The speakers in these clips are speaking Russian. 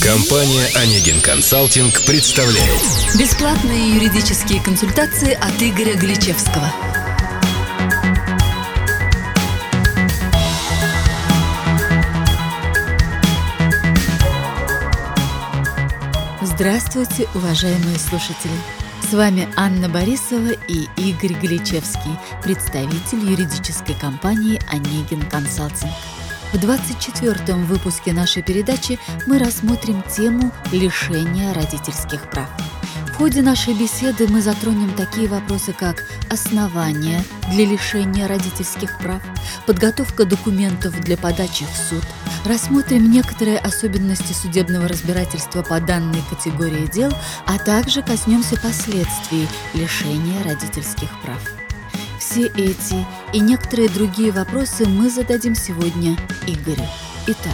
Компания «Онегин Консалтинг» представляет бесплатные юридические консультации от Игоря Гличевского. Здравствуйте, уважаемые слушатели! С вами Анна Борисова и Игорь Гличевский, представитель юридической компании «Онегин Консалтинг». В 24-м выпуске нашей передачи мы рассмотрим тему лишения родительских прав. В ходе нашей беседы мы затронем такие вопросы, как основания для лишения родительских прав, подготовка документов для подачи в суд, рассмотрим некоторые особенности судебного разбирательства по данной категории дел, а также коснемся последствий лишения родительских прав. Все эти и некоторые другие вопросы мы зададим сегодня Игорю. Итак,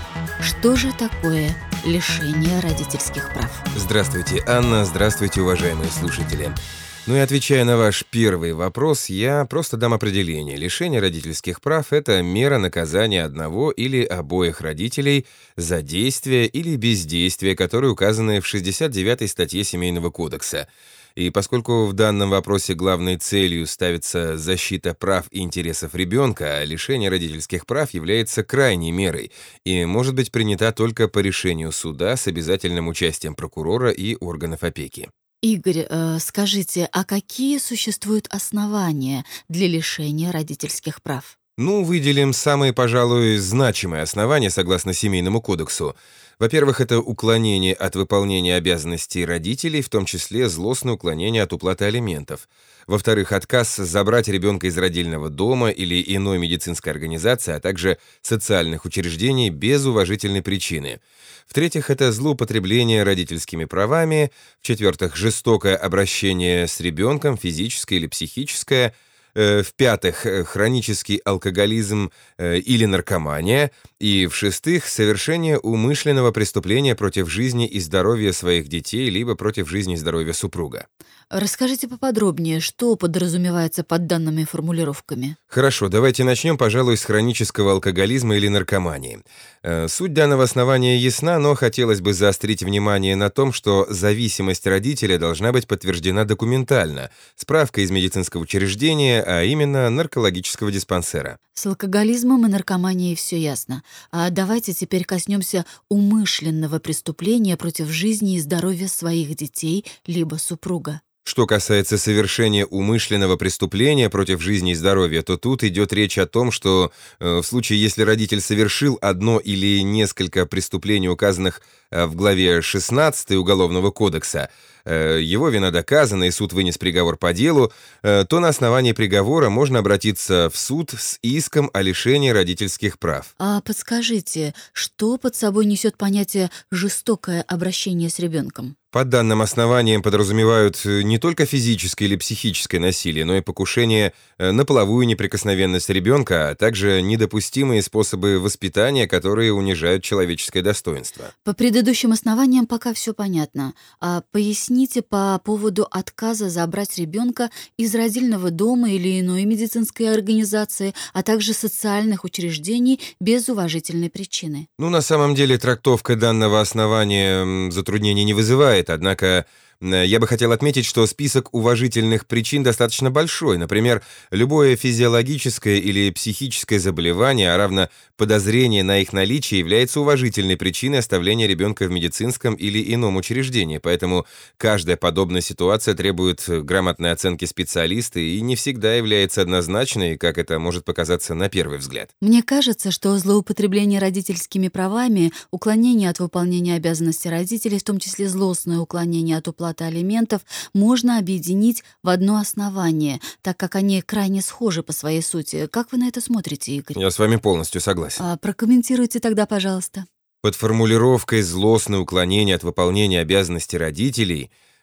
что же такое лишение родительских прав? Здравствуйте, Анна, здравствуйте, уважаемые слушатели. Ну и отвечая на ваш первый вопрос, я просто дам определение. Лишение родительских прав – это мера наказания одного или обоих родителей за действия или бездействие, которые указаны в 69-й статье Семейного кодекса. И поскольку в данном вопросе главной целью ставится защита прав и интересов ребенка, а лишение родительских прав является крайней мерой и может быть принята только по решению суда с обязательным участием прокурора и органов опеки. Игорь, скажите, а какие существуют основания для лишения родительских прав? Выделим самые, пожалуй, значимые основания согласно Семейному кодексу. Во-первых, это уклонение от выполнения обязанностей родителей, в том числе злостное уклонение от уплаты алиментов. Во-вторых, отказ забрать ребенка из родильного дома или иной медицинской организации, а также социальных учреждений без уважительной причины. В-третьих, это злоупотребление родительскими правами. В-четвертых, жестокое обращение с ребенком, физическое или психическое. В-пятых, хронический алкоголизм или наркомания. И в-шестых, совершение умышленного преступления против жизни и здоровья своих детей, либо против жизни и здоровья супруга. Расскажите поподробнее, что подразумевается под данными формулировками. Хорошо, давайте начнем, пожалуй, с хронического алкоголизма или наркомании. Суть данного основания ясна, но хотелось бы заострить внимание на том, что зависимость родителя должна быть подтверждена документально, справкой из медицинского учреждения, а именно наркологического диспансера. С алкоголизмом и наркоманией все ясно. А давайте теперь коснемся умышленного преступления против жизни и здоровья своих детей либо супруга. Что касается совершения умышленного преступления против жизни и здоровья, то тут идет речь о том, что в случае, если родитель совершил одно или несколько преступлений, указанных в главе 16 Уголовного кодекса, его вина доказана и суд вынес приговор по делу, то на основании приговора можно обратиться в суд с иском о лишении родительских прав. А подскажите, что под собой несет понятие «жестокое обращение с ребенком»? Под данным основанием подразумевают не только физическое или психическое насилие, но и покушение на половую неприкосновенность ребенка, а также недопустимые способы воспитания, которые унижают человеческое достоинство. По предыдущим основаниям пока все понятно. А поясните по поводу отказа забрать ребенка из родильного дома или иной медицинской организации, а также социальных учреждений без уважительной причины. На самом деле трактовка данного основания затруднений не вызывает. Однако я бы хотел отметить, что список уважительных причин достаточно большой. Например, любое физиологическое или психическое заболевание, а равно подозрение на их наличие, является уважительной причиной оставления ребенка в медицинском или ином учреждении. Поэтому каждая подобная ситуация требует грамотной оценки специалиста и не всегда является однозначной, как это может показаться на первый взгляд. Мне кажется, что злоупотребление родительскими правами, уклонение от выполнения обязанностей родителей, в том числе злостное уклонение от уплаты алиментов, можно объединить в одно основание, так как они крайне схожи по своей сути. Как вы на это смотрите, Игорь? Я с вами полностью согласен. Прокомментируйте тогда, пожалуйста. Под формулировкой «злостное уклонение от выполнения обязанностей родителей»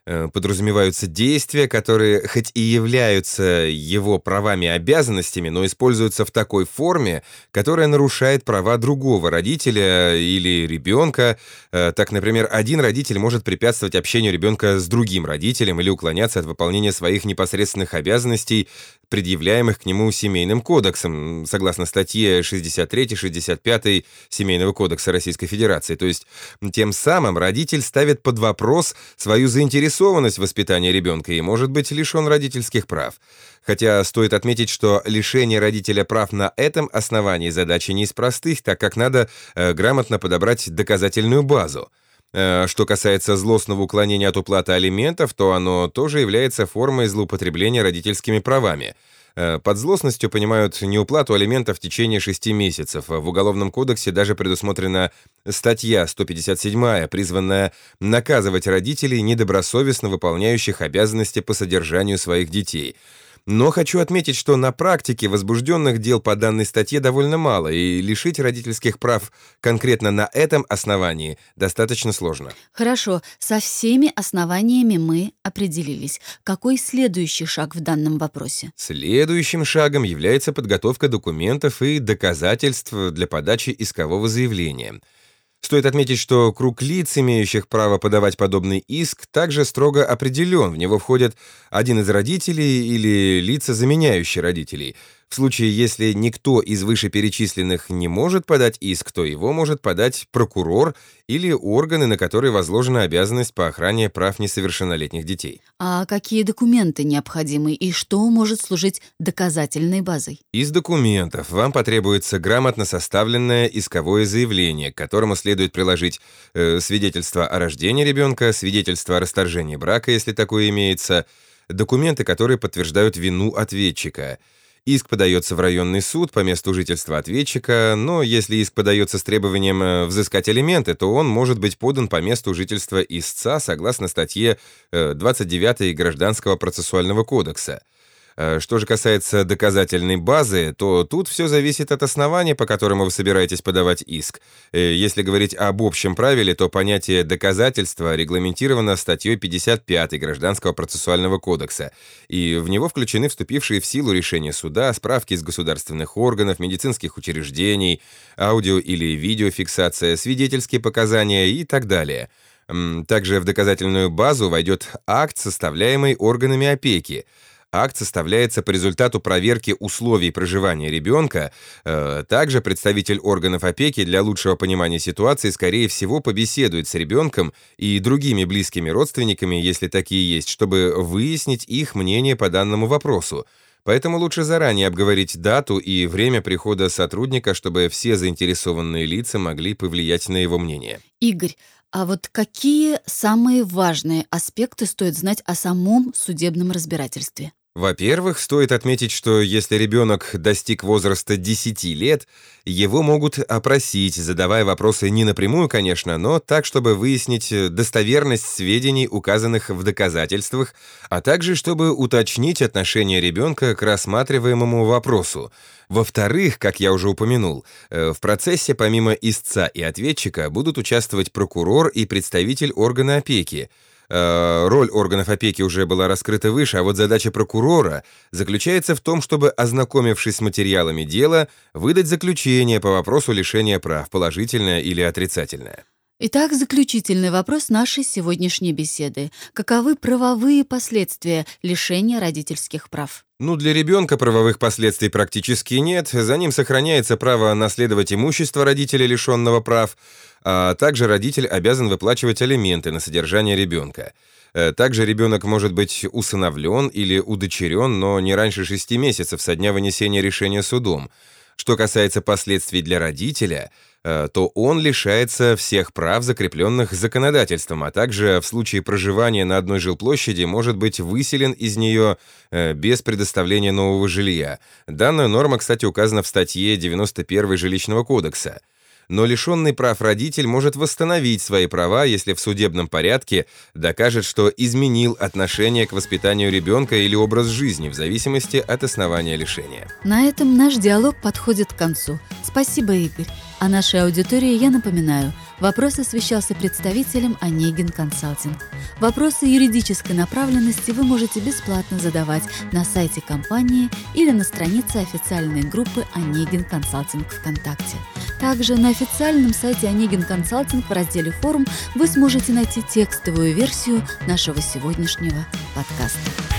Подразумеваются действия, которые хоть и являются его правами и обязанностями, но используются в такой форме, которая нарушает права другого родителя или ребенка. Так, например, один родитель может препятствовать общению ребенка с другим родителем или уклоняться от выполнения своих непосредственных обязанностей, предъявляемых к нему Семейным кодексом, согласно статье 63-65 Семейного кодекса Российской Федерации. То есть, тем самым родитель ставит под вопрос свою заинтересованность в воспитании ребенка и может быть лишен родительских прав. Хотя стоит отметить, что лишение родителя прав на этом основании задача не из простых, так как надо грамотно подобрать доказательную базу. Что касается злостного уклонения от уплаты алиментов, то оно тоже является формой злоупотребления родительскими правами. Под злостностью понимают неуплату алиментов в течение 6 месяцев. В Уголовном кодексе даже предусмотрена статья 157, призванная наказывать родителей, недобросовестно выполняющих обязанности по содержанию своих детей. Но хочу отметить, что на практике возбужденных дел по данной статье довольно мало, и лишить родительских прав конкретно на этом основании достаточно сложно. Хорошо, со всеми основаниями мы определились. Какой следующий шаг в данном вопросе? Следующим шагом является подготовка документов и доказательств для подачи искового заявления. Стоит отметить, что круг лиц, имеющих право подавать подобный иск, также строго определен. В него входят один из родителей или лица, заменяющие родителей. В случае, если никто из вышеперечисленных не может подать иск, то его может подать прокурор или органы, на которые возложена обязанность по охране прав несовершеннолетних детей. А какие документы необходимы и что может служить доказательной базой? Из документов вам потребуется грамотно составленное исковое заявление, к которому следует приложить свидетельство о рождении ребенка, свидетельство о расторжении брака, если такое имеется, документы, которые подтверждают вину ответчика. Иск подается в районный суд по месту жительства ответчика, но если иск подается с требованием взыскать алименты, то он может быть подан по месту жительства истца согласно статье 29 Гражданского процессуального кодекса. Что же касается доказательной базы, то тут все зависит от основания, по которому вы собираетесь подавать иск. Если говорить об общем правиле, то понятие доказательства регламентировано статьей 55 Гражданского процессуального кодекса, и в него включены вступившие в силу решения суда, справки из государственных органов, медицинских учреждений, аудио- или видеофиксация, свидетельские показания и так далее. Также в доказательную базу войдет акт, составляемый органами опеки. Акт составляется по результату проверки условий проживания ребенка. Также представитель органов опеки для лучшего понимания ситуации, скорее всего, побеседует с ребенком и другими близкими родственниками, если такие есть, чтобы выяснить их мнение по данному вопросу. Поэтому лучше заранее обговорить дату и время прихода сотрудника, чтобы все заинтересованные лица могли повлиять на его мнение. Игорь, а вот какие самые важные аспекты стоит знать о самом судебном разбирательстве? Во-первых, стоит отметить, что если ребенок достиг возраста 10 лет, его могут опросить, задавая вопросы не напрямую, конечно, но так, чтобы выяснить достоверность сведений, указанных в доказательствах, а также чтобы уточнить отношение ребенка к рассматриваемому вопросу. Во-вторых, как я уже упомянул, в процессе помимо истца и ответчика будут участвовать прокурор и представитель органа опеки. Роль органов опеки уже была раскрыта выше, а вот задача прокурора заключается в том, чтобы, ознакомившись с материалами дела, выдать заключение по вопросу лишения прав, положительное или отрицательное. Итак, заключительный вопрос нашей сегодняшней беседы. Каковы правовые последствия лишения родительских прав? Для ребенка правовых последствий практически нет. За ним сохраняется право наследовать имущество родителя, лишенного прав, а также родитель обязан выплачивать алименты на содержание ребенка. Также ребенок может быть усыновлен или удочерен, но не раньше 6 месяцев со дня вынесения решения судом. Что касается последствий для родителя, то он лишается всех прав, закрепленных законодательством, а также в случае проживания на одной жилплощади может быть выселен из нее без предоставления нового жилья. Данная норма, кстати, указана в статье 91 Жилищного кодекса. Но лишенный прав родитель может восстановить свои права, если в судебном порядке докажет, что изменил отношение к воспитанию ребенка или образ жизни в зависимости от основания лишения. На этом наш диалог подходит к концу. Спасибо, Игорь. О нашей аудитории я напоминаю. Вопрос освещался представителем Онегин Консалтинг. Вопросы юридической направленности вы можете бесплатно задавать на сайте компании или на странице официальной группы Онегин Консалтинг ВКонтакте. Также на официальном сайте Онегин Консалтинг в разделе «Форум» вы сможете найти текстовую версию нашего сегодняшнего подкаста.